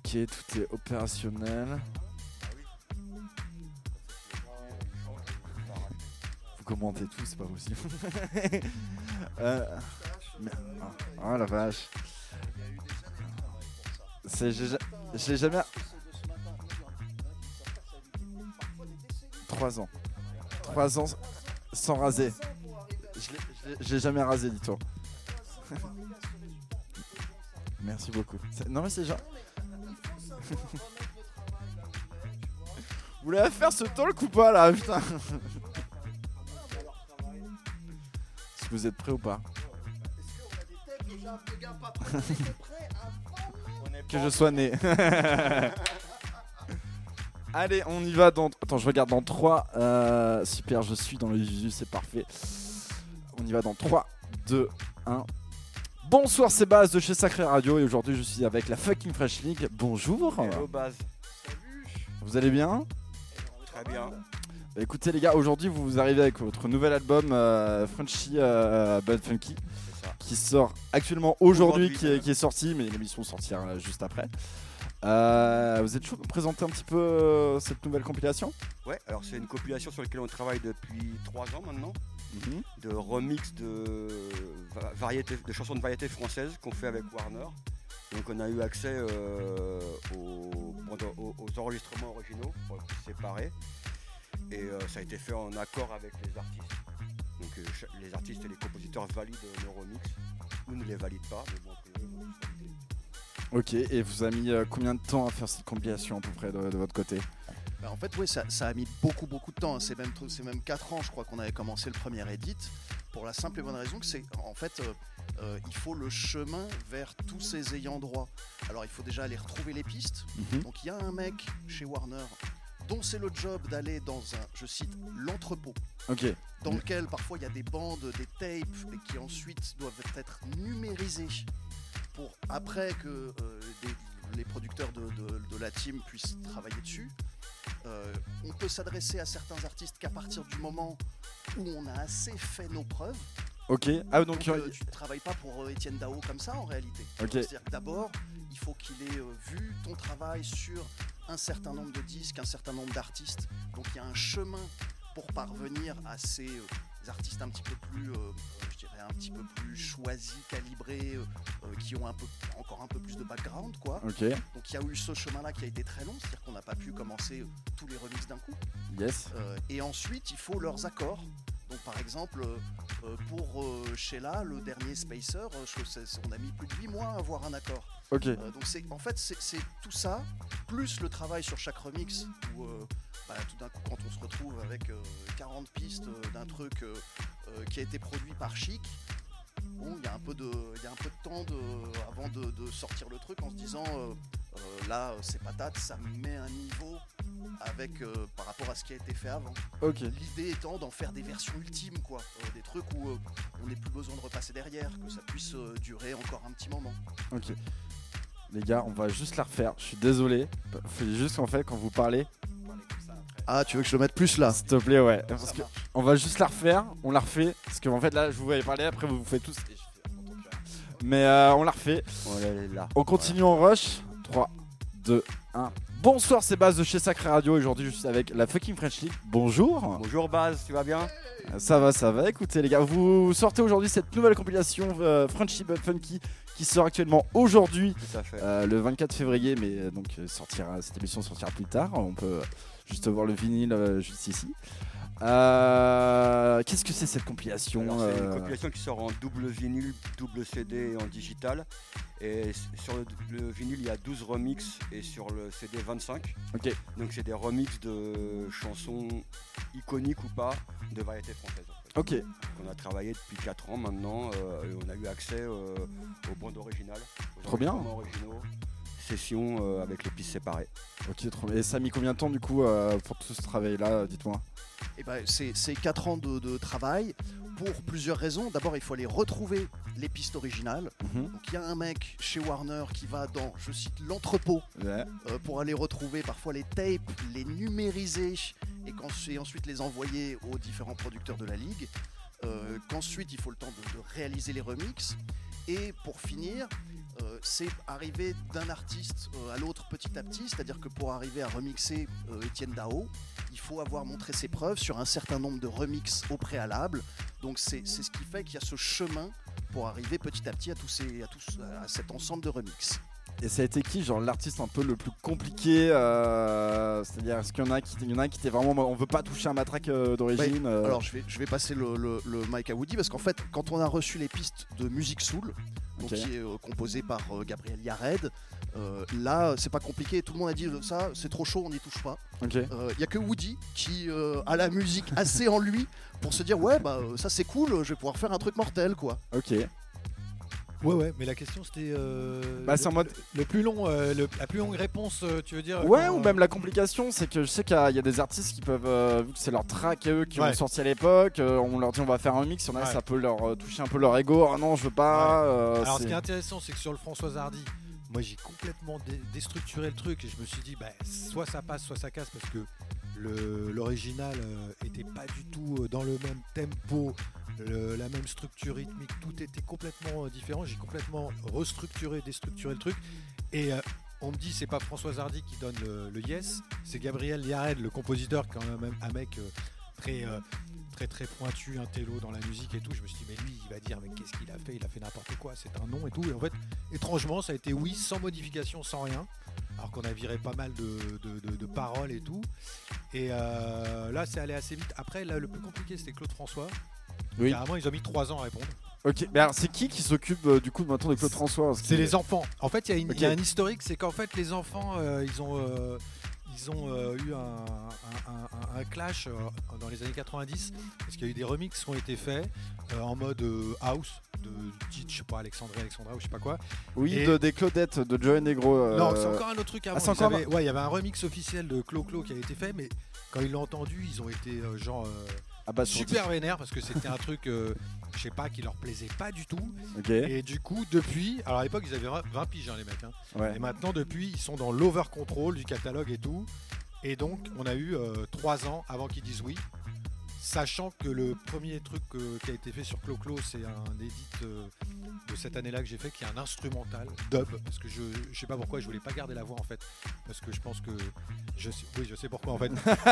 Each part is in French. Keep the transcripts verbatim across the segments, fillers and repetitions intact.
Ok, tout est opérationnel. Vous commentez tout, c'est pas possible. euh, mais, oh, oh la vache. C'est, j'ai, j'ai jamais... Trois ans. Trois ans sans raser. Je l'ai, je l'ai, je l'ai jamais rasé, dis-toi. Merci beaucoup. C'est... Non mais c'est genre... Vous voulez faire ce talk ou pas là, putain? Est-ce que vous êtes prêts ou pas? Que je sois né. Allez, on y va dans... Attends, je regarde dans trois. Euh, super, je suis dans le visu, c'est parfait. On y va dans trois, deux, un. Bonsoir, c'est Baz de chez Sacré Radio et aujourd'hui je suis avec la fucking Fresh League. Bonjour. Hello Baz. Salut. Vous allez bien? Très bien. Bah, écoutez les gars, aujourd'hui vous arrivez avec votre nouvel album euh, Frenchy euh, But Funky qui sort actuellement aujourd'hui, aujourd'hui qui, est, qui est sorti, mais l'émission sortira juste après. Euh, vous êtes chaud de me présenter un petit peu euh, cette nouvelle compilation? Ouais, alors c'est une compilation sur laquelle on travaille depuis trois ans maintenant, mm-hmm. de remix de, variété, de chansons de variété françaises qu'on fait avec Warner. Donc on a eu accès euh, aux, aux, aux enregistrements originaux pour les séparer et euh, ça a été fait en accord avec les artistes. Donc euh, les artistes et les compositeurs valident nos remix ou ne les valident pas, mais bon après eux, ils vont tous valider. Ok, et vous avez mis euh, combien de temps à faire cette compilation à peu près de, de votre côté? Bah en fait oui, ça, ça a mis beaucoup beaucoup de temps, c'est même, c'est même quatre ans je crois qu'on avait commencé le premier edit, pour la simple et bonne raison que c'est en fait euh, euh, il faut le chemin vers tous ces ayants droit. Alors il faut déjà aller retrouver les pistes, mm-hmm. donc il y a un mec chez Warner dont c'est le job d'aller dans un, je cite, l'entrepôt, okay. dans mmh. lequel parfois il y a des bandes, des tapes et qui ensuite doivent être numérisées pour après que euh, des, les producteurs de, de, de la team puissent travailler dessus. Euh, on peut s'adresser à certains artistes qu'à partir du moment où on a assez fait nos preuves. Ok. Ah, donc, donc euh, tu ne travailles pas pour euh, Étienne Dao comme ça en réalité. Okay. C'est-à-dire que d'abord, il faut qu'il ait euh, vu ton travail sur un certain nombre de disques, un certain nombre d'artistes. Donc il y a un chemin pour parvenir à ces euh, artistes un petit peu plus, euh, je dirais un petit peu plus choisis, calibrés, euh, qui ont un peu, encore un peu plus de background, quoi. Okay. Donc il y a eu ce chemin-là qui a été très long, c'est-à-dire qu'on n'a pas pu commencer euh, tous les remixes d'un coup. Yes. Euh, et ensuite, il faut leurs accords. Donc par exemple, euh, pour euh, Sheila, le dernier Spacer, euh, je, c'est, on a mis plus de huit mois à avoir un accord. Okay. Euh, donc c'est, en fait, c'est, c'est tout ça, plus le travail sur chaque remix, où euh, bah, tout d'un coup, quand on se retrouve avec euh, quarante pistes euh, d'un truc euh, euh, qui a été produit par Chic, bon, il y a un peu de, il y a un peu de temps de, avant de, de sortir le truc en se disant, euh, euh, là, c'est patate, ça met un niveau avec euh, par rapport à ce qui a été fait avant. Okay. L'idée étant d'en faire des versions ultimes, quoi, euh, des trucs où euh, on n'ait plus besoin de repasser derrière, que ça puisse euh, durer encore un petit moment. Ok. Les gars, on va juste la refaire. Je suis désolé. Faut juste qu'en fait, quand vous parlez. Ah, tu veux que je le mette plus là? S'il te plaît, ouais. Parce que on va juste la refaire. On la refait. Parce qu'en fait, là, je vous voyais parler. Après, vous vous faites tous. Et je fais... Mais euh, on la refait. On, là. on continue voilà. En rush. trois, deux, un. Bonsoir, c'est Baz de chez Sacré Radio. Aujourd'hui, je suis avec la fucking French League. Bonjour. Bonjour Baz, tu vas bien? Ça va, ça va. Écoutez, les gars, vous sortez aujourd'hui cette nouvelle compilation euh, Frenchy But Funky qui sort actuellement aujourd'hui, euh, le vingt-quatre février. Mais euh, donc, sortira, cette émission sortira plus tard. On peut juste voir le vinyle euh, juste ici. Euh, qu'est-ce que c'est cette compilation? Alors, c'est une compilation qui sort en double vinyle, double C D et en digital. Et sur le, le vinyle, il y a douze remixes et sur le C D, vingt-cinq. Okay. Donc, c'est des remixes de chansons iconiques ou pas de variété française. En fait. Ok. On a travaillé depuis quatre ans maintenant euh, et on a eu accès euh, aux bandes originales. Aux Trop bien. Originaux, sessions euh, avec les pistes séparées. Ok, trop bien. Et ça a mis combien de temps du coup euh, pour tout ce travail-là? Dites-moi. Eh ben, c'est, c'est quatre ans de, de travail pour plusieurs raisons. D'abord, il faut aller retrouver les pistes originales. Mm-hmm. Donc, il y a un mec chez Warner qui va dans, je cite, l'entrepôt ouais. euh, pour aller retrouver parfois les tapes, les numériser et, et ensuite les envoyer aux différents producteurs de la ligue. Euh, qu'ensuite, il faut le temps de, de réaliser les remixes. Et pour finir, euh, c'est arriver d'un artiste euh, à l'autre petit à petit, c'est-à-dire que pour arriver à remixer euh, Étienne Dao, il faut avoir montré ses preuves sur un certain nombre de remixes au préalable. Donc c'est, c'est ce qui fait qu'il y a ce chemin pour arriver petit à petit à, tous ces, à, tous, à cet ensemble de remixes. Et ça a été qui, genre l'artiste un peu le plus compliqué euh, c'est-à-dire, est-ce qu'il y en a qui, il y en a qui étaient vraiment, on veut pas toucher un matraque euh, d'origine Ouais, euh... Alors je vais, je vais passer le, le, le mic à Woody, parce qu'en fait, quand on a reçu les pistes de Musique Soul, donc Okay. qui est euh, composé par euh, Gabriel Yared, euh, là c'est pas compliqué, tout le monde a dit ça, c'est trop chaud, on n'y touche pas. Il Ok. euh, y a que Woody qui euh, a la musique assez en lui pour se dire ouais bah ça c'est cool, je vais pouvoir faire un truc mortel quoi. Ok. Ouais, ouais, mais la question c'était. Euh, Bah, c'est le, en mode- le plus long, euh, le- la plus longue réponse, euh, tu veux dire Ouais, quand, ou euh, même la complication, c'est que je sais qu'il y a, il y a des artistes qui peuvent, euh, vu que c'est leur track à eux qui Ouais. ont sorti à l'époque, euh, on leur dit on va faire un mix, il y en a Ouais. ça peut leur euh, toucher un peu leur ego, ah non je veux pas. euh, Alors, ce c'est- qui est intéressant, c'est que sur le François Hardy, moi j'ai complètement dé- déstructuré le truc et je me suis dit, bah, soit ça passe, soit ça casse, parce que le- l'original euh, était pas du tout euh, dans le même tempo, le- la même structure rythmique, tout était complètement euh, différent. J'ai complètement restructuré, déstructuré le truc. Et euh, on me dit, c'est pas François Hardy qui donne le, le yes, c'est Gabriel Yared, le compositeur, quand même un mec euh, très. euh, très très pointu, un télo dans la musique et tout. Je me suis dit, mais lui, il va dire, mais qu'est-ce qu'il a fait? Il a fait n'importe quoi, c'est un nom et tout. Et en fait, étrangement, ça a été oui, sans modification, sans rien. Alors qu'on a viré pas mal de, de, de, de paroles et tout. Et euh, là, c'est allé assez vite. Après, là, le plus compliqué, c'était Claude François. Oui. Carrément, ils ont mis trois ans à répondre. Ok, mais alors c'est qui qui s'occupe euh, du coup maintenant de Claude François? Parce C'est qu'il- les enfants. En fait, il y, a une- Ok. il y a un historique, c'est qu'en fait, les enfants, euh, ils ont, euh, ils ont euh, eu un, un- un- un clash euh, dans les années quatre-vingt-dix, parce qu'il y a eu des remixes qui ont été faits euh, en mode euh, house, de titre, je sais pas, Alexandrie, Alexandra ou je sais pas quoi. Oui, Et- de, des Claudettes de Joey Negro. euh, Non, c'est encore un autre truc avant. ah, c'est Ils encore avaient- ouais, il y avait un remix officiel de Clo Clo qui a été fait, mais quand ils l'ont entendu, ils ont été euh, genre euh, ah bah, sur- super vénères parce que c'était un truc, euh, je sais pas, qui leur plaisait pas du tout. Ok, Et du coup, depuis, alors à l'époque, ils avaient vingt piges, hein, les mecs. Hein. ouais. Et maintenant, depuis, ils sont dans l'over control du catalogue et tout. Et donc, on a eu euh, trois ans avant qu'ils disent oui. Sachant que le premier truc euh, qui a été fait sur Clo Clo, c'est un edit euh, de cette année-là que j'ai fait, qui est un instrumental dub. Parce que je, je sais pas pourquoi, je voulais pas garder la voix en fait. Parce que je pense que. Je sais, oui, je sais pourquoi en fait.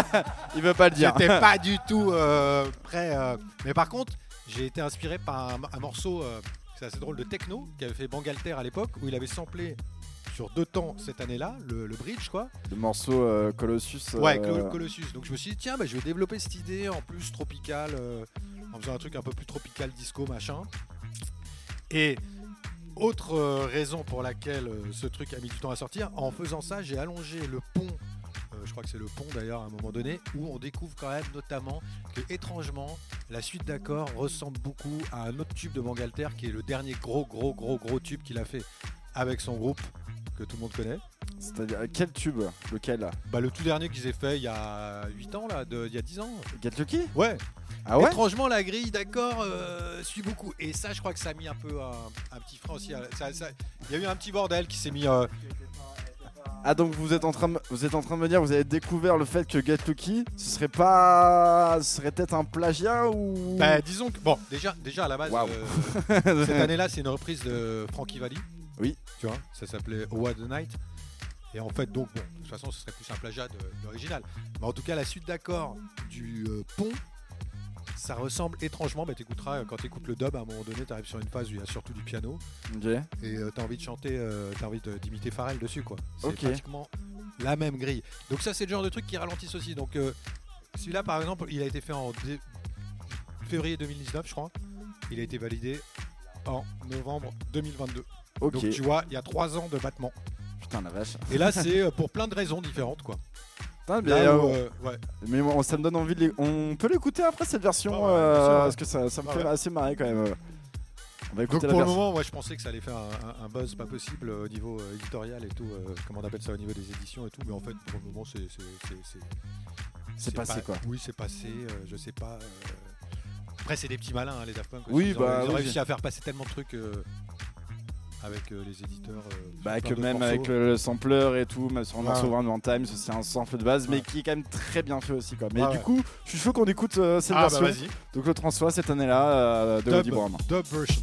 Il veut pas le dire. J'étais pas du tout euh, prêt. euh. Mais par contre, j'ai été inspiré par un, un morceau, euh, c'est assez drôle, de techno, qu'avait fait Bangalter à l'époque, où il avait samplé sur deux temps cette année-là, le, le bridge quoi. Le morceau euh, Colossus. euh, Ouais, Col- Colossus. Donc je me suis dit, tiens, bah, je vais développer cette idée en plus tropical, euh, en faisant un truc un peu plus tropical, disco, machin. Et autre euh, raison pour laquelle euh, ce truc a mis du temps à sortir, en faisant ça, j'ai allongé le pont. euh, je crois que c'est le pont d'ailleurs à un moment donné, où on découvre quand même notamment que étrangement, la suite d'accords ressemble beaucoup à un autre tube de Bangalter qui est le dernier gros gros gros gros tube qu'il a fait avec son groupe que tout le monde connaît. C'est-à-dire quel tube? Lequel? Bah, le tout dernier qu'ils aient fait il y a huit ans, là, de, il y a dix ans. Get Lucky? Ouais. Ah ouais? Étrangement, la grille d'accord euh, suit beaucoup. Et ça, je crois que ça a mis un peu un, un petit frein aussi. Ça- ça- Il y a eu un petit bordel qui s'est mis. euh, Ah donc vous êtes en train de, vous êtes en train de me dire, vous avez découvert le fait que Get Lucky, ce serait pas, ce serait peut-être un plagiat ou? Bah, disons que. Bon, déjà, déjà à la base, Waouh. euh, cette année-là, c'est une reprise de Frankie Valli. Oui. Tu vois, ça s'appelait Oh What the Night. Et en fait, donc, bon, de toute façon, ce serait plus un plagiat de, de l'original. Mais en tout cas, la suite d'accords du euh, pont, ça ressemble étrangement. Bah, t'écouteras, euh, quand t'écoutes le dub, à un moment donné, t'arrives sur une phase où il y a surtout du piano. Ok. Et euh, t'as envie de chanter, euh, t'as envie de- d'imiter Pharrell dessus, quoi. C'est Ok. pratiquement la même grille. Donc, ça, c'est le genre de truc qui ralentissent aussi. Donc, euh, celui-là, par exemple, il a été fait en dé- février deux mille dix-neuf, je crois. Il a été validé en novembre deux mille vingt-deux. Ok. Donc, tu vois, il y a trois ans de battement. Putain la vache. Et là, c'est euh, pour plein de raisons différentes, quoi. Putain, mais, Là euh, où, euh, ouais. mais moi, ça me donne envie de les... On peut l'écouter après cette version Ouais, ouais, euh, bien sûr, ouais. parce que ça, ça me Ouais, fait ouais. assez marrer quand même. On va Donc écouter pour la le version. moment, moi je pensais que ça allait faire un, un- un buzz pas possible euh, au niveau euh, éditorial et tout, euh, comment on appelle ça au niveau des éditions et tout, mais en fait pour le moment c'est c'est c'est- c'est- C'est passé, pas- quoi. Oui, c'est passé, euh, je sais pas. euh, Après c'est des petits malins hein, les Daft Punk. aussi. Oui, ils ont, bah, ils ont oui. réussi à faire passer tellement de trucs euh, avec euh, les éditeurs. euh, sur Bah plein que d'autres même morceaux. avec le, le sampler et tout, même sur un Ouais. morceau One More Time, c'est aussi un sample de base, mais Ouais. qui est quand même très bien fait aussi quoi. Mais Ouais, du ouais. coup, je suis chaud qu'on écoute euh, cette Ah bah version. vas-y. Donc le François cette année-là euh, de Woody Dub, Brown. dub version.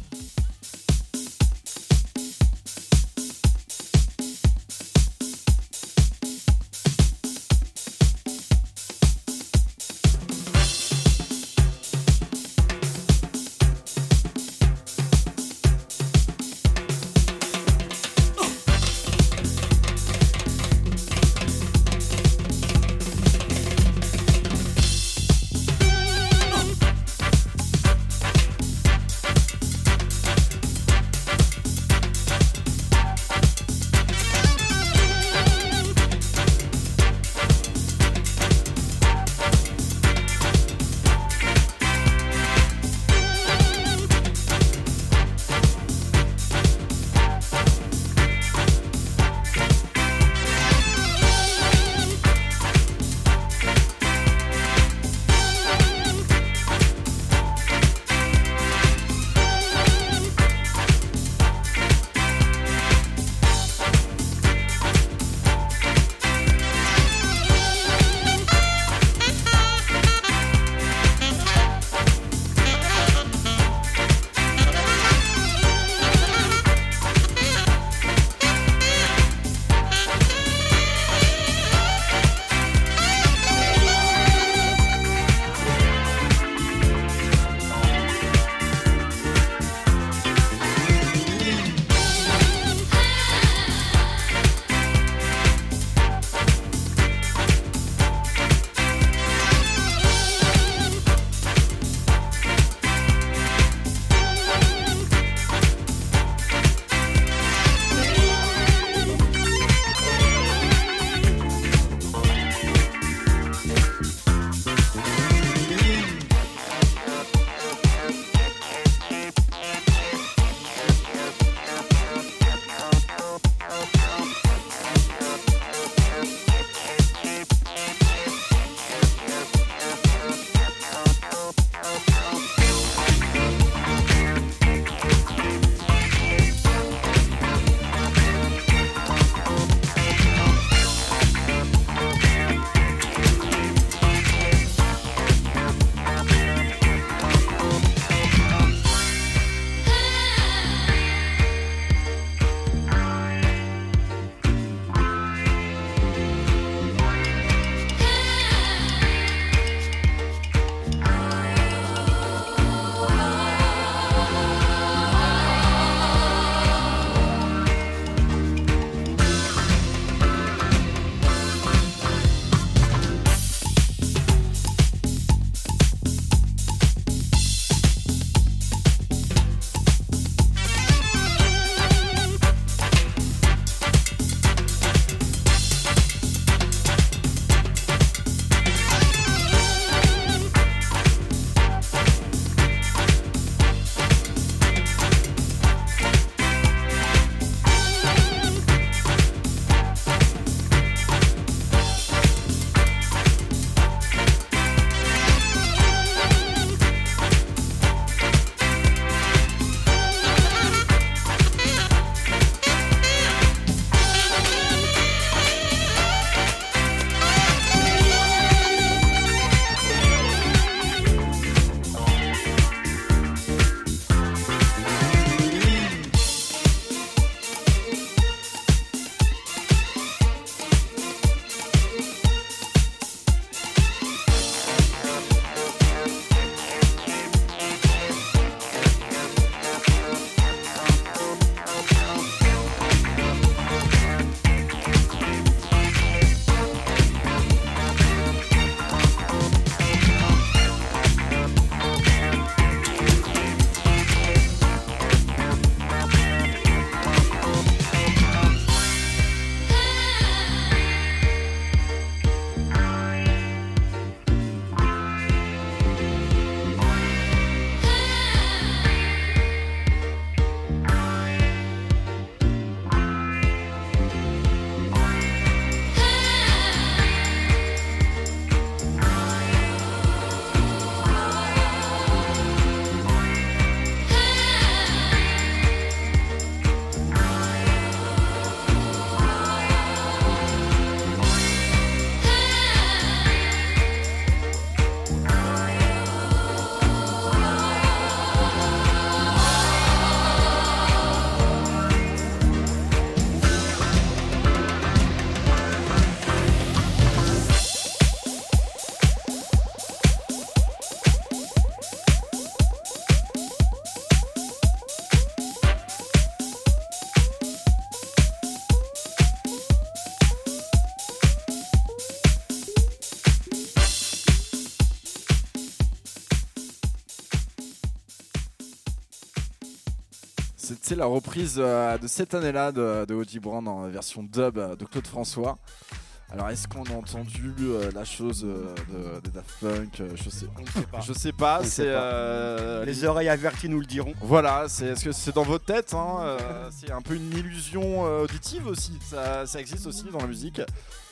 C'était la reprise euh, de cette année-là de, de O G Brand en version dub euh, de Claude François. Alors est-ce qu'on a entendu euh, la chose euh, de, de Daft Punk euh, Je sais, On ne sait pas. je sais pas. On ne C'est sait pas. euh, Les oreilles averties nous le diront. Voilà, c'est, est-ce que c'est dans votre tête hein, euh, c'est un peu une illusion euh, auditive aussi. Ça, ça existe aussi dans la musique.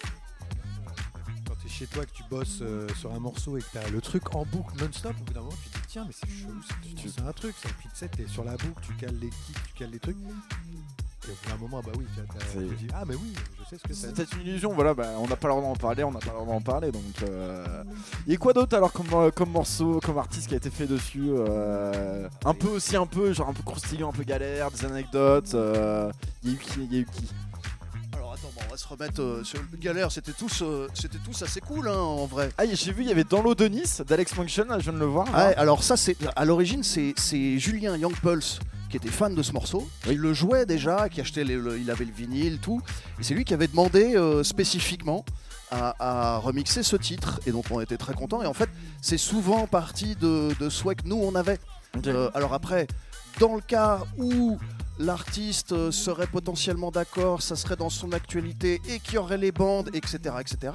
Quand tu es chez toi, que tu bosses euh, sur un morceau et que tu as le truc en boucle non-stop, au bout d'un moment, tu te dis tiens, mais c'est chelou, c'est, tu- c'est un truc. Ça. Puis tu sais, tu es sur la boucle, tu cales les kicks, tu cales les trucs. Et au bout d'un moment, bah oui, t'as- t'as- C'est- tu dis ah, mais oui, je sais ce que C'est c'est. peut-être une illusion, voilà, bah, on n'a pas le droit d'en parler, on n'a pas le droit d'en parler, donc... Euh... Et quoi d'autre alors comme, euh, comme morceau, comme artiste qui a été fait dessus euh, un peu aussi, un peu, genre un peu croustillant, un peu galère, des anecdotes, euh... il y a eu qui, il y a eu qui Alors attends, bon, on va se remettre euh, sur le galère. C'était tous, euh, c'était tous assez cool hein, en vrai. Ah, j'ai vu, il y avait Dans l'eau de Nice d'Alex Function, je viens de le voir. là. Ah ouais, alors ça, c'est à l'origine, c'est, c'est Julien Young Pulse qui était fan de ce morceau. Il le jouait déjà, qui achetait les- le, il avait le vinyle, tout. Et c'est lui qui avait demandé euh, spécifiquement à, à remixer ce titre. Et donc on était très contents. Et en fait, c'est souvent partie de, de souhaits que nous on avait. Ok. Euh, alors après, dans le cas où l'artiste euh, serait potentiellement d'accord, ça serait dans son actualité et qu'il y aurait les bandes, et cetera, et cetera.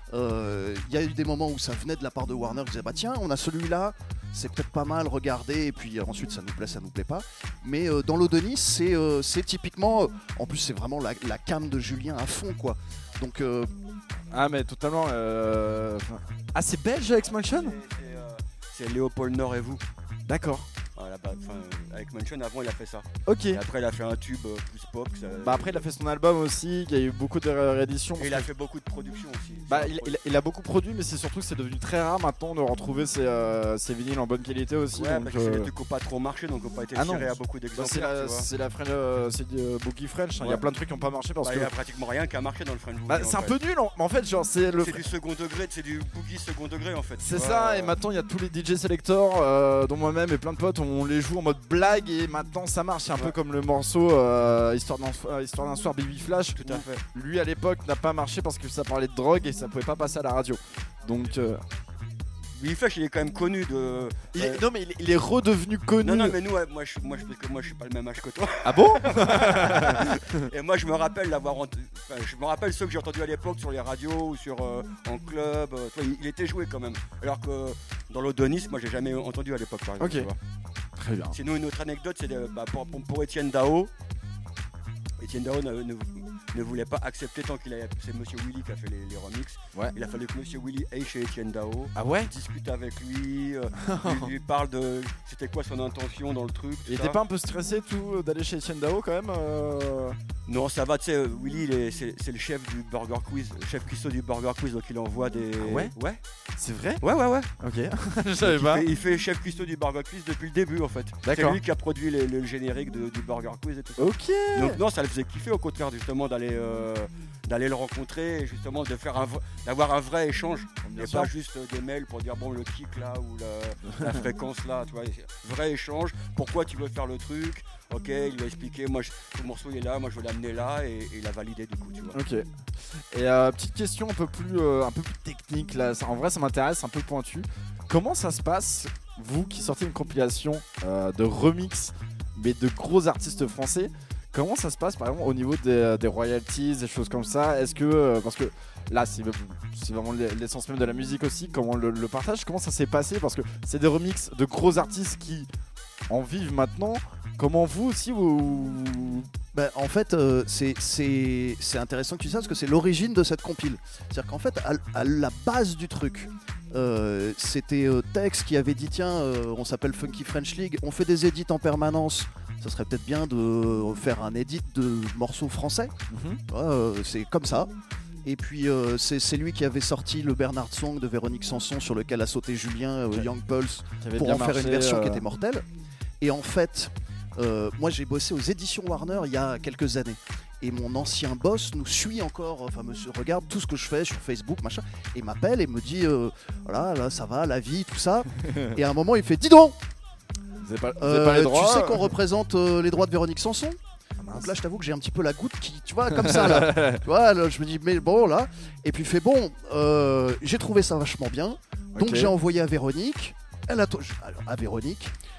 Euh, Il y a eu des moments où ça venait de la part de Warner, qui disait bah tiens, on a celui-là, c'est peut-être pas mal, regardez, et puis euh, ensuite ça nous plaît, ça nous plaît pas. Mais euh, dans l'eau de Nice, c'est euh, c'est typiquement, euh, en plus c'est vraiment la, la cam de Julien à fond quoi. Donc euh, Ah, mais totalement. Euh... enfin- Ah, c'est belge Alex Function C'est, c'est, euh, c'est Léopold Nord et vous. D'accord. Voilà, bah, enfin, avec Mansion avant il a fait ça. Ok. Et après il a fait un tube euh, plus pop. Ça- Bah après il a fait son album aussi, il y a eu beaucoup de ré- rééditions. Et il a fait beaucoup de production aussi. Bah, C'est un il, pro- il- il a beaucoup produit, mais c'est surtout que c'est devenu très rare maintenant de retrouver ses, euh, ses vinyles en bonne qualité aussi. Ouais, donc, parce que c'est euh, des trucs qui n'ont pas trop marché, donc qui n'ont pas été Ah non, tirés à beaucoup bah, c'est d'exemplaires. la, tu vois. c'est la French, euh, c'est du euh, Boogie French. hein. Il y a Ouais. plein de trucs qui n'ont pas marché parce Bah, que. il y a pratiquement rien qui a marché dans le French Bah, Boogie, c'est en un fait. peu nul, en, mais en fait, genre c'est le. C'est du second degré, c'est du boogie second degré en fait. tu C'est vois, ça, euh, et maintenant il y a tous les D J selectors, euh, dont moi-même et plein de potes, on les joue en mode blague et maintenant ça marche. C'est un peu Ouais. comme le morceau euh, Histoire d'un euh, Histoire d'un soir Baby Flash. Tout à fait. Lui à l'époque n'a pas marché parce que ça parlait de drogue et ça pouvait pas passer à la radio. Donc. euh, Willy Flash il est quand même connu de. il est- euh, non, mais il est, il est redevenu connu. Non, non, mais nous, ouais, moi, je, moi, je, parce que moi, je suis pas le même âge que toi. Ah bon? Et moi, je me rappelle l'avoir. ent- Enfin, je me rappelle ceux que j'ai entendus à l'époque sur les radios ou sur euh, en club. euh, tu vois, il, il était joué quand même. Alors que dans l'Odonis, moi, j'ai jamais entendu à l'époque, par exemple. Ok. tu vois. Très bien. Sinon, une autre anecdote, c'est de- bah, pour, pour, pour Étienne Dao. Étienne Dao ne, ne- ne voulait pas accepter tant qu'il avait. C'est Monsieur Willy qui a fait les, les remixes. Ouais. Il a fallu que Monsieur Willy aille chez Étienne Dao. Ah ouais? Discute avec lui, euh, lui, lui parle de c'était quoi son intention dans le truc. tout Il ça. était pas un peu stressé tout euh, d'aller chez Etienne Dao quand même euh... Non, ça va, tu sais, euh, Willy, il est- c'est c'est le chef du Burger Quiz, le chef cuistot du Burger Quiz, donc il envoie des. Ah ouais Ouais, C'est vrai? ouais, ouais. ouais. Ok. Je savais il, pas. fait, il fait chef cuistot du Burger Quiz depuis le début en fait. C'est D'accord. lui qui a produit les- le générique de- du Burger Quiz et tout ça. Ok. Donc non, ça le faisait kiffer au contraire justement d'aller euh, d'aller le rencontrer et justement de faire un v- d'avoir un vrai échange. Bien Et sûr. pas juste euh, des mails pour dire bon le kick là ou la, la fréquence là, tu vois. Vrai échange, pourquoi tu veux faire le truc, ok, il va expliquer, moi je, le morceau il est là, moi je veux l'amener là et, et il a validé du coup, tu vois. Ok. Et euh, petite question un peu plus, euh, un peu plus technique là. Ça- en vrai, ça m'intéresse, un peu pointu. Comment ça se passe, vous qui sortez une compilation euh, de remix, mais de gros artistes français? Comment ça se passe par exemple au niveau des, des royalties, des choses comme ça? Est-ce que euh, parce que là c'est c'est vraiment l'essence même de la musique aussi, comment le, le partage, comment ça s'est passé? Parce que c'est des remixes de gros artistes qui en vivent maintenant. Comment vous aussi vous... Ben, en fait, euh, c'est- c'est c'est intéressant que tu dises ça parce que c'est l'origine de cette compile. C'est-à-dire qu'en fait, à, à la base du truc, euh, c'était euh, Tex qui avait dit tiens, euh, on s'appelle Funky French League, on fait des edits en permanence. Ça serait peut-être bien de faire un edit de morceaux français. Mhm. Ouais, euh, c'est comme ça. Et puis euh, c'est c'est lui qui avait sorti le Bernard Song de Véronique Sanson sur lequel a sauté Julien euh, Ok. Young Pulse qui avait pour bien en faire marché, une version qui euh, était mortelle. Et en fait, euh, moi j'ai bossé aux éditions Warner il y a quelques années. Et mon ancien boss nous suit encore, enfin me regarde tout ce que je fais sur Facebook, machin, et m'appelle et me dit euh, voilà, là ça va, la vie, tout ça. Et à un moment il fait dis donc, Vous avez pas, vous euh, avez pas les droits? tu sais qu'on représente euh, les droits de Véronique Sanson. Ah, mince. Donc là je t'avoue que j'ai un petit peu la goutte qui, tu vois, comme ça là. Tu vois, là, je me dis mais bon là. Et puis il fait bon, euh, j'ai trouvé ça vachement bien. Donc Ok. j'ai envoyé à Véronique. Elle a to- alors, à Véronique.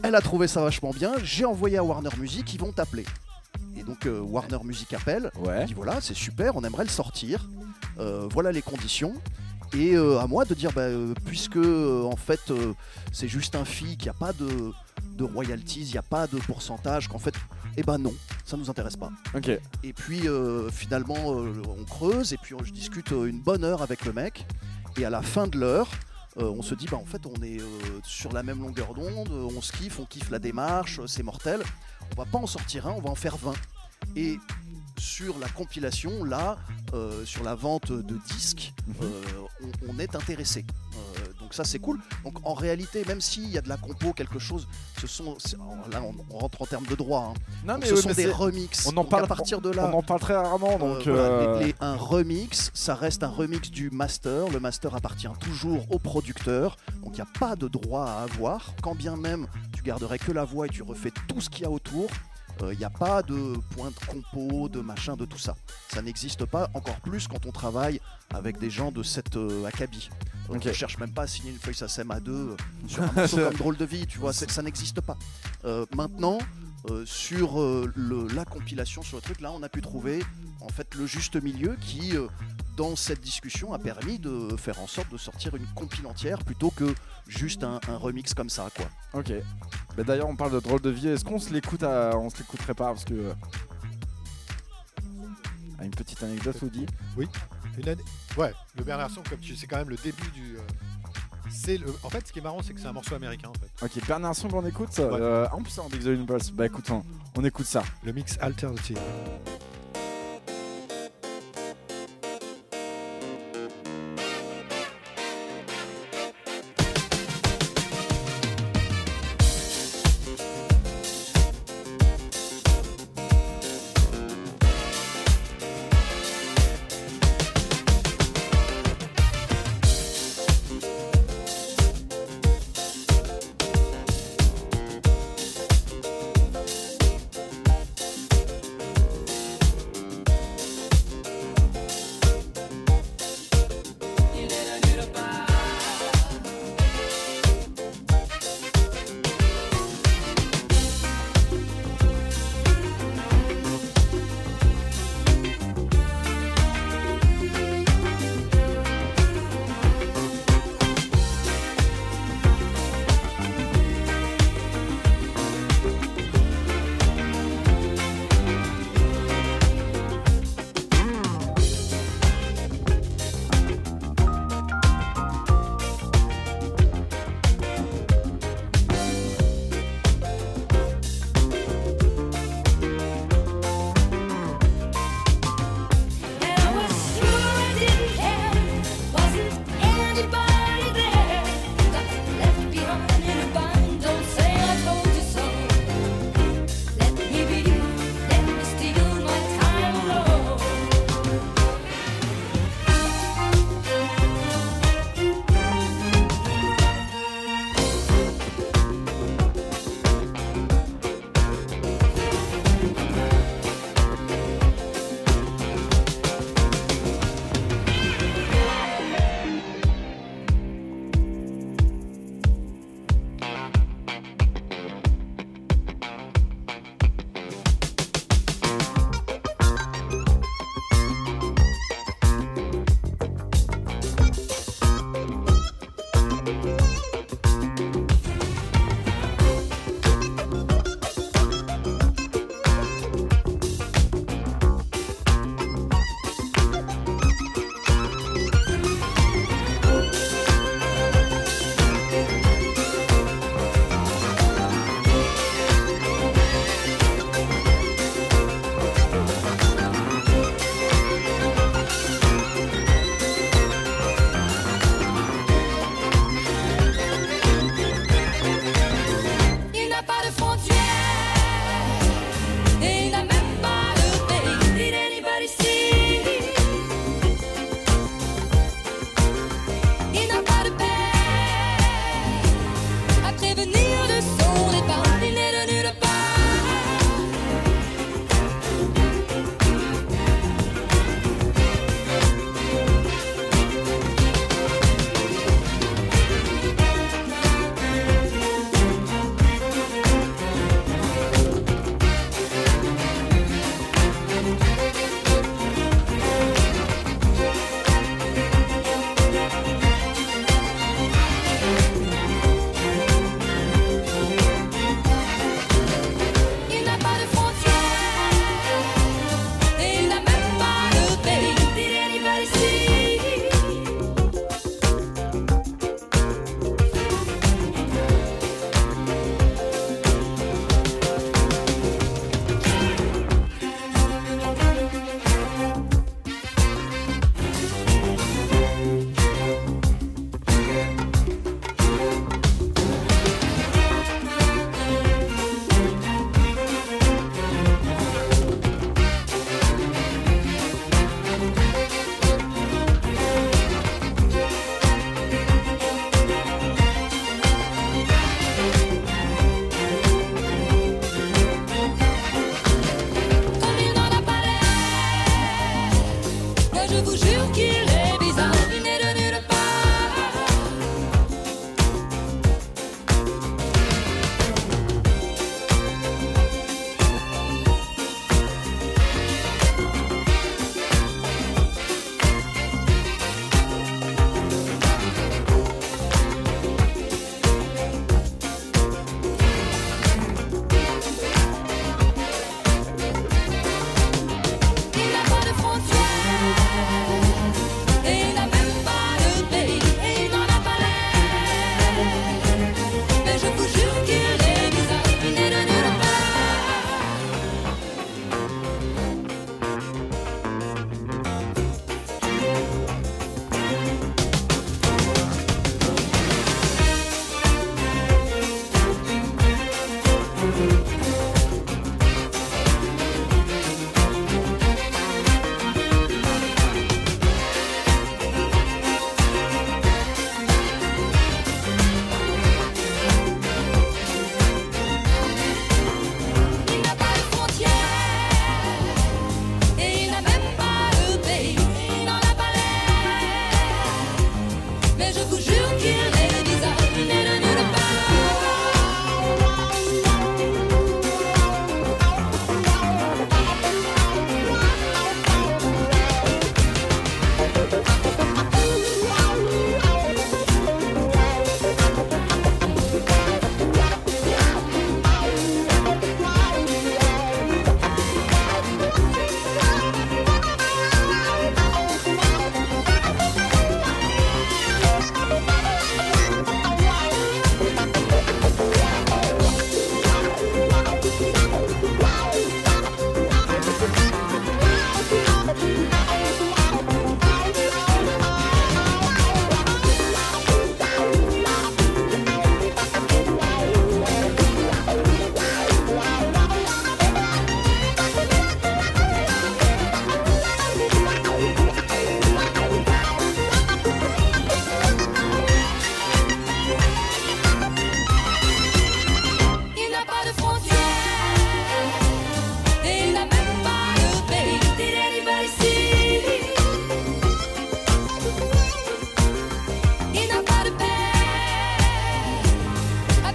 Elle a trouvé ça vachement bien. J'ai envoyé à Warner Music, ils vont t'appeler. Et donc euh, Warner Music appelle. Ouais. Dit voilà, c'est super, on aimerait le sortir. Euh, voilà les conditions. Et euh, à moi de dire, bah, euh, puisque euh, en fait euh, c'est juste un fee, qu'il n'y a pas de, de royalties, il n'y a pas de pourcentage, qu'en fait, eh ben non, ça nous intéresse pas. Ok. Et puis euh, finalement euh, on creuse et puis je discute euh, une bonne heure avec le mec. Et à la fin de l'heure, euh, on se dit, bah en fait on est euh, sur la même longueur d'onde, on se kiffe, on kiffe la démarche, c'est mortel. On va pas en sortir un, on va en faire vingt. Et sur la compilation, là, euh, sur la vente de disques, euh, on, on est intéressé. Euh, donc ça c'est cool. Donc en réalité, même s'il y a de la compo, quelque chose, ce sont là on, on rentre en termes de droit. Hein. Non, Donc, mais ce oui, sont mais des c'est- remixes. On en Donc, parle à partir de là. On en parle très rarement, donc. Euh, voilà, euh, les- les- un remix, ça reste un remix du master. Le master appartient toujours au producteur, donc il n'y a pas de droit à avoir. Quand bien même tu garderais que la voix et tu refais tout ce qu'il y a autour, il n'y a pas de point de compo, de machin, de tout ça. Ça n'existe pas, encore plus quand on travaille avec des gens de cette euh, acabit. Euh, Ok. On ne cherche même pas à signer une feuille S A C E M à deux euh, sur un morceau comme Drôle de vie, tu vois, c'est- ça n'existe pas. Euh, maintenant, euh, sur euh, le- la compilation, sur le truc, là, on a pu trouver en fait le juste milieu qui, euh, dans cette discussion, a permis de faire en sorte de sortir une compile entière plutôt que juste un, un remix comme ça, quoi. Ok. Bah, d'ailleurs, on parle de Drôle de vie. Est-ce qu'on se l'écoute à... On se l'écouterait pas parce que. euh, ah, une petite anecdote, Woody. Une année... Ouais, le Bernard Son, comme tu sais, c'est quand même le début du. euh, C'est le... En fait, ce qui est marrant, c'est que c'est un morceau américain, en fait. Ok, Bernard Song, on écoute ça. Ouais. Euh, en plus, c'est en Big The Impulse. Bah écoute, on, on écoute ça. Le mix alternative.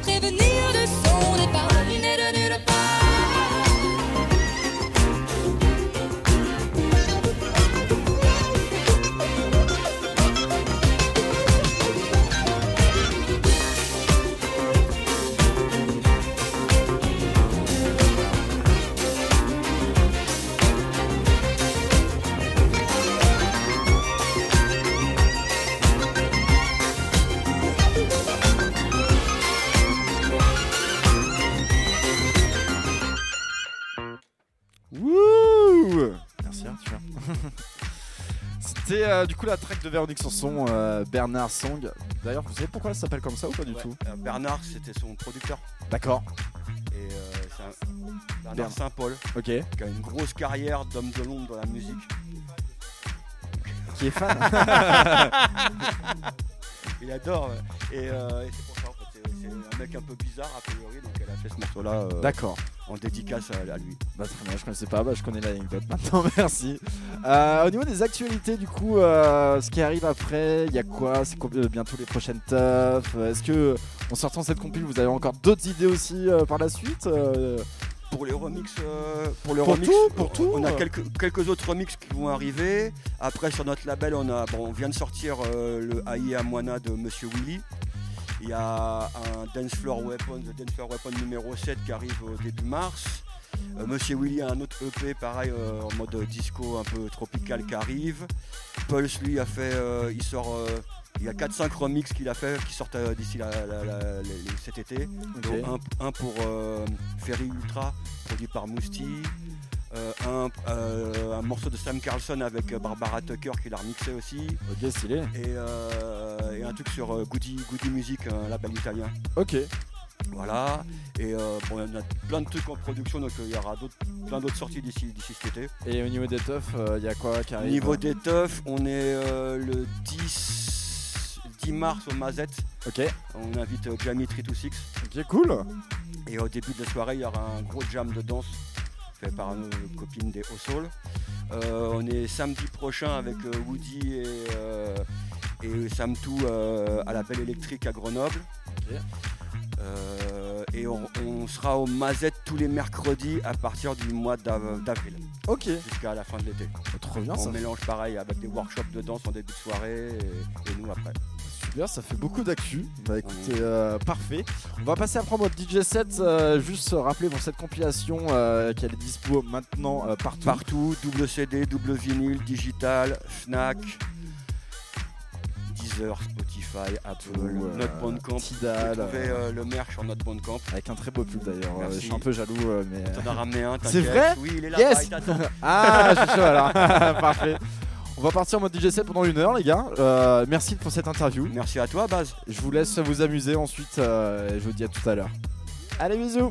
prévenir de son départ. Il n'est de nulle part. Wouh! Merci Arthur. C'était euh, du coup la track de Véronique Sanson, euh, Bernard Song. D'ailleurs, vous savez pourquoi ça s'appelle comme ça ou pas du Ouais, tout? euh, Bernard, c'était son producteur. D'accord, Et euh, c'est un- Bernard Bernard. Saint-Paul, ok. qui a une grosse carrière d'homme de l'ombre dans la musique. Qui est fan? Il adore. ouais. Et, euh, et c'est pour ça, en fait, c'est, c'est un mec un peu bizarre a priori, donc elle a fait ce morceau-là euh, D'accord. en dédicace à, à lui. Bah très bien, je connaissais pas, bah je connais l'anecdote maintenant, merci. Euh, au niveau des actualités du coup, euh, ce qui arrive après, il y a quoi? C'est co- euh, bientôt les prochaines teufs. Est-ce que en sortant cette compile, vous avez encore d'autres idées aussi euh, par la suite? euh, Pour les remix, euh, pour les Pour remix, tout, pour tout. on a quelques, quelques autres remix qui vont arriver. Après sur notre label, on a, bon, on vient de sortir euh, le Aïe à Moana de Monsieur Willy. Il y a un Dance Floor Weapon, le Dance Floor Weapon numéro sept qui arrive au début mars. Euh, Monsieur Willy a un autre E P pareil euh, en mode disco un peu tropical qui arrive. Pulse lui a fait, euh, il sort, euh, il y a quatre cinq remix qu'il a fait qui sortent euh, d'ici la- la- la- les- les- cet été. ok. Donc, un, un pour euh, Ferry Ultra, produit par Mousti. Euh, un, euh, un morceau de Sam Carlson avec euh, Barbara Tucker qui l'a remixé aussi. Ok, stylé. Et, euh, et un truc sur euh, Goody, Goody Music, un label italien. Ok. Voilà. Et euh, bon, il y en a plein de trucs en production, donc euh, il y aura d'autres, plein d'autres sorties d'ici, d'ici cet été. Et au niveau des teufs, il y a quoi qui Au arrive? niveau des teufs, on est euh, le dix, dix mars au Mazette. Ok, On invite euh, Jamie trois deux six. ok, cool. Et au début de la soirée, il y aura un gros jam de danse fait par nos copines des Haussol. Euh, on est samedi prochain avec euh, Woody et, euh, et Sam Tou euh, à la Belle Électrique à Grenoble. Ok. Euh, et on, on sera au Mazette tous les mercredis à partir du mois d'av- d'avril Ok, jusqu'à la fin de l'été. trop bien On ça. mélange pareil avec des workshops de danse en début de soirée et, et nous après. Super, ça fait beaucoup d'actu. Bah écoutez, euh, parfait. On va passer après en mode D J set. euh, juste rappeler pour cette compilation euh, qu'elle est dispo maintenant euh, partout. Partout, double C D, double vinyle, digital, Fnac, Deezer, Spotify, Apple, Tout, euh, notre Bandcamp. Vous Tidal, trouvez euh, euh, le merch sur notre Bandcamp. avec un très beau pull d'ailleurs. Euh, Merci. je suis un peu jaloux, euh, mais. T'en as ramené un, C'est t'inquiète. vrai? Oui, il est là, Yes. il t'attend. Ah, je suis chaud alors. Parfait. On va partir en mode D J set pendant une heure, les gars. Euh, merci pour cette interview. Merci à toi, Baz. Je vous laisse vous amuser ensuite. euh, et je vous dis à tout à l'heure. Allez, bisous.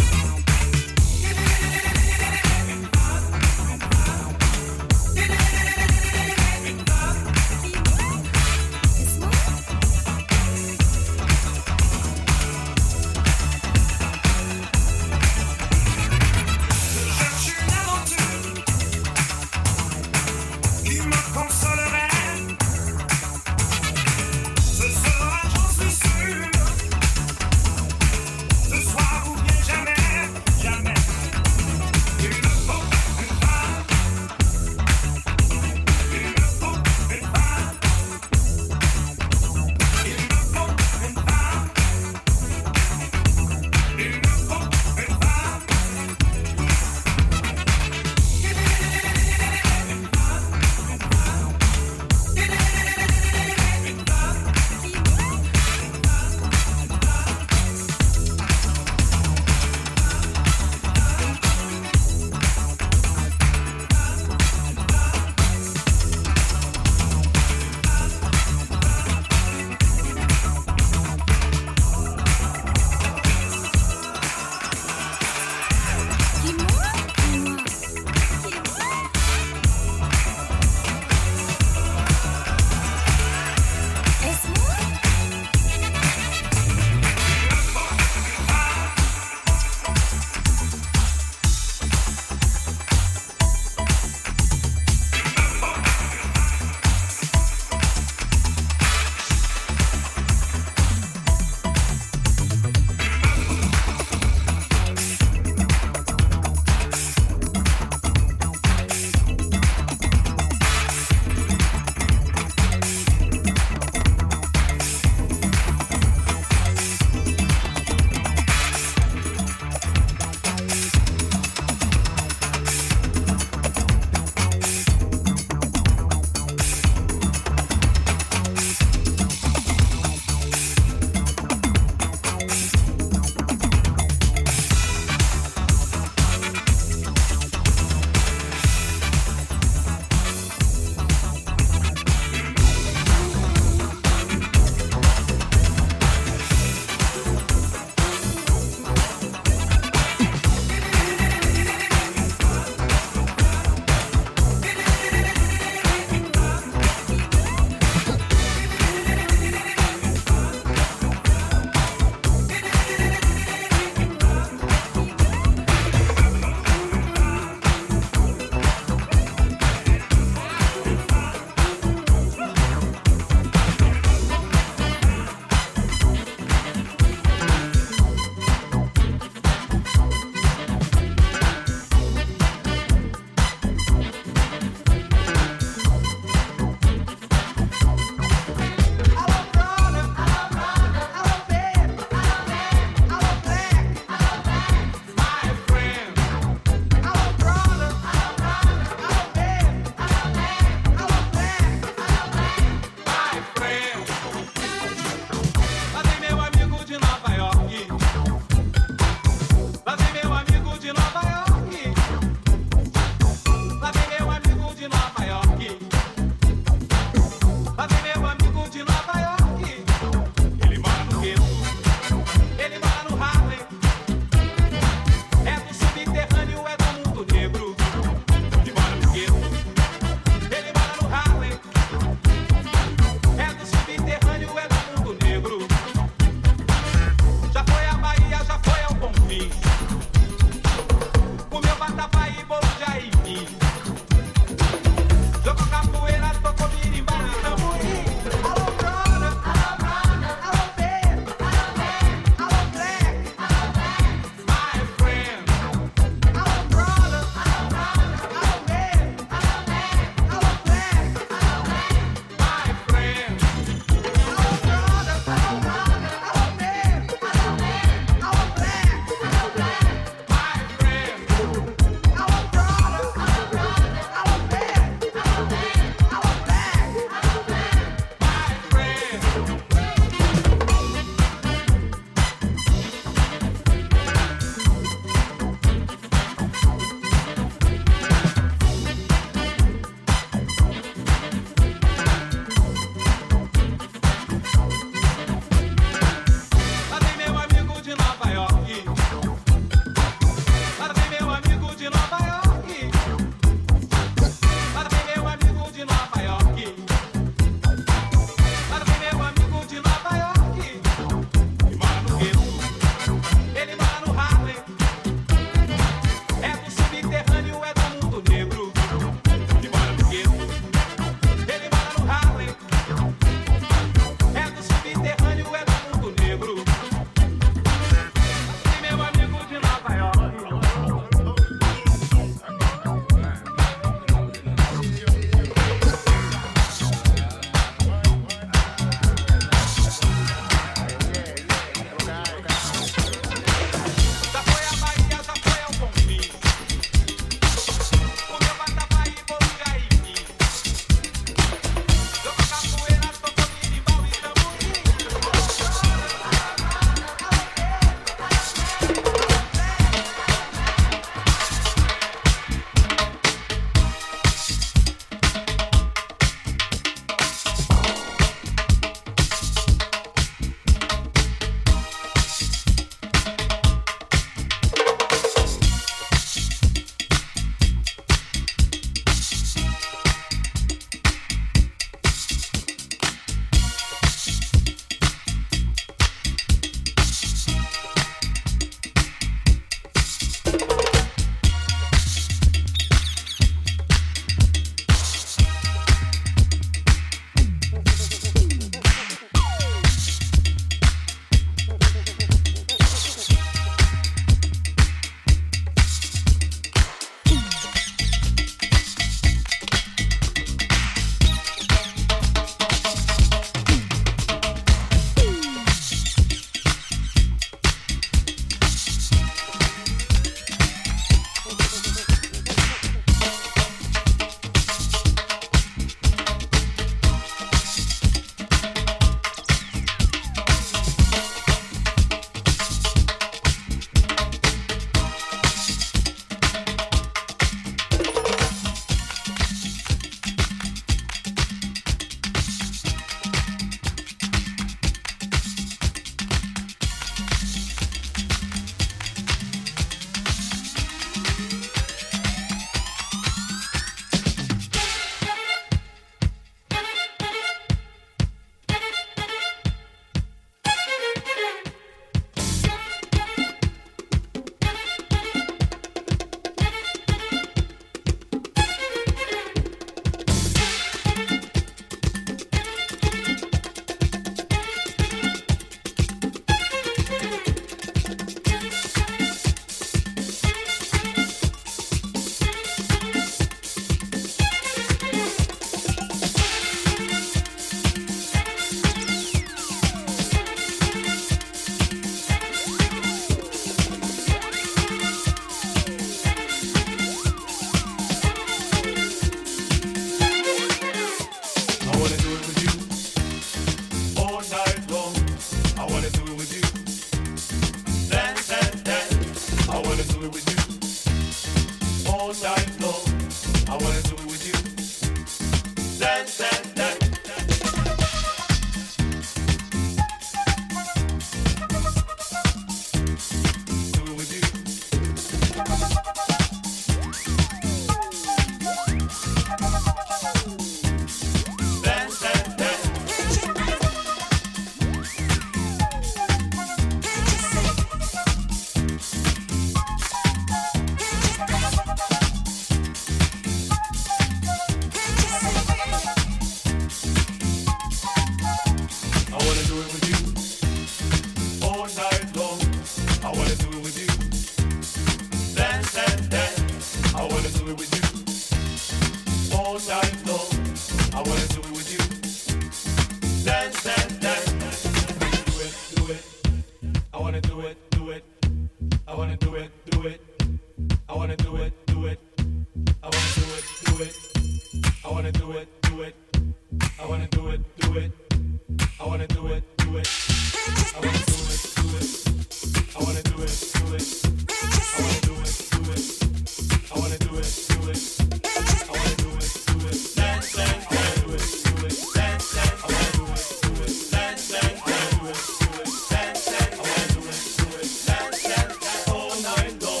all night long. I wanna do it with you. Dance, dance, dance. Do it, do it. I wanna do it, do it. I wanna do it, do it. I wanna do it, do it. I wanna do it, do it. I wanna do it, do it. I wanna do it, do it. I wanna do it, do it. I wanna do it, do it. I wanna do it, do it. I wanna do it, do it. I wanna do it, do it. I wanna do it, do it. Dance, dance, dance. Do it, do it. Dance, dance. I wanna do it, do it. Dance, dance. I wanna do it, do it. Dance, dance. I wanna do it, do it. Dance, dance, dance all night long.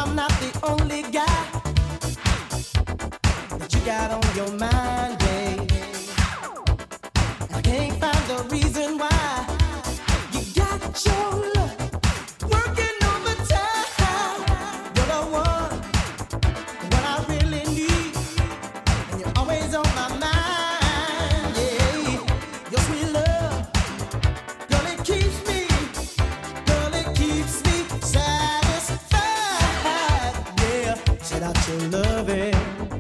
I'm not the only guy that you got on your mind, babe. I can't find the reason why you got your love working overtime. You're the one, what I really need, and you're always on my mind, yeah. Your sweet love, girl, it keeps me, girl, it keeps me satisfied, yeah. Set out your loving.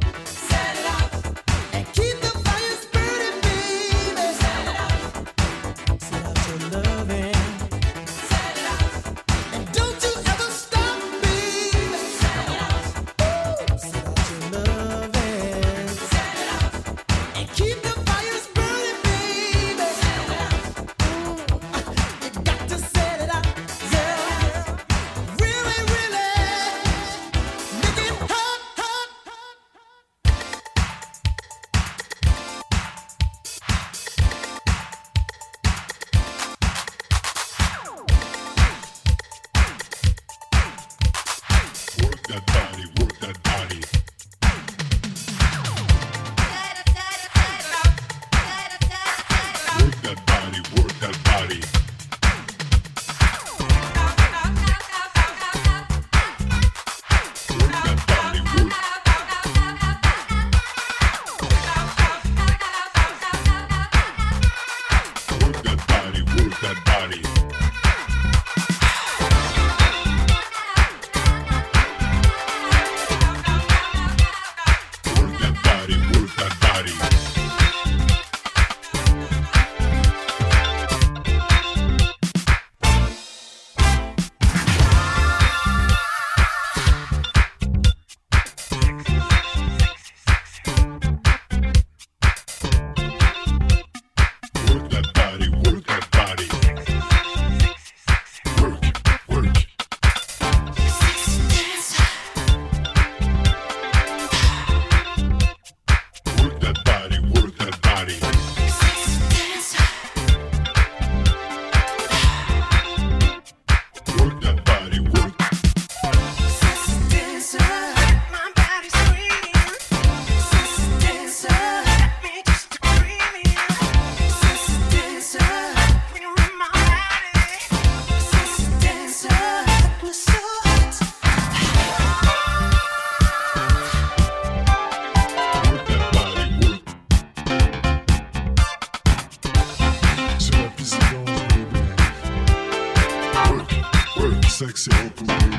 Sexy open baby.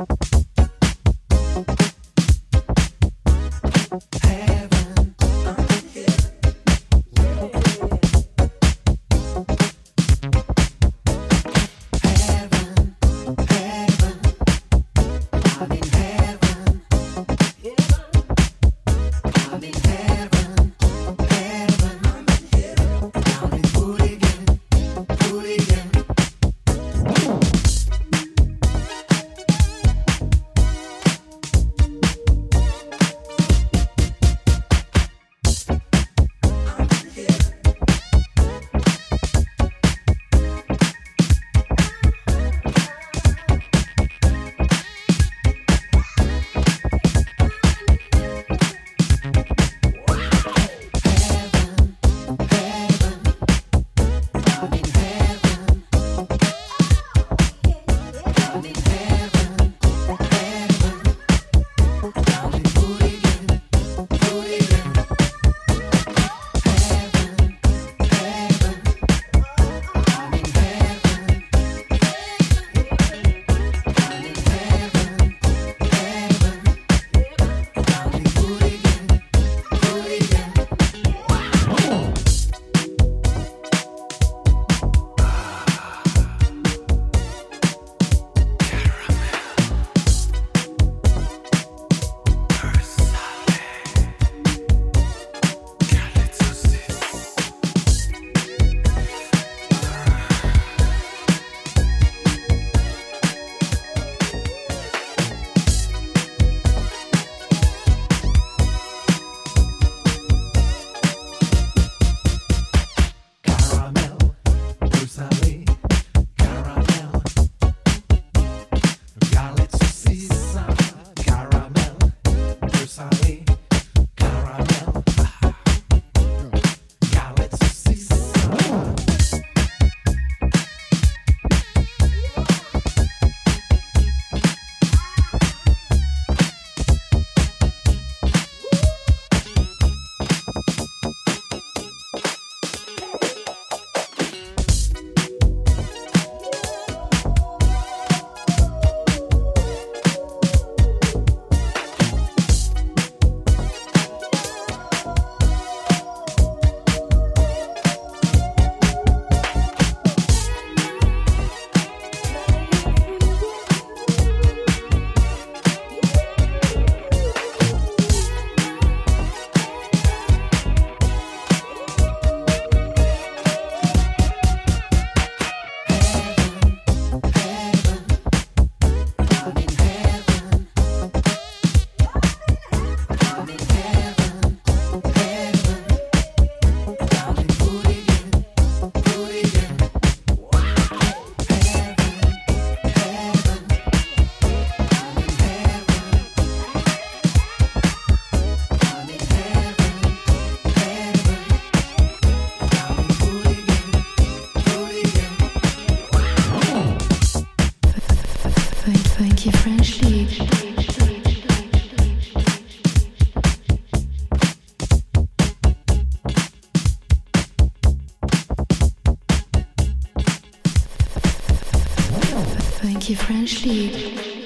Funky French League.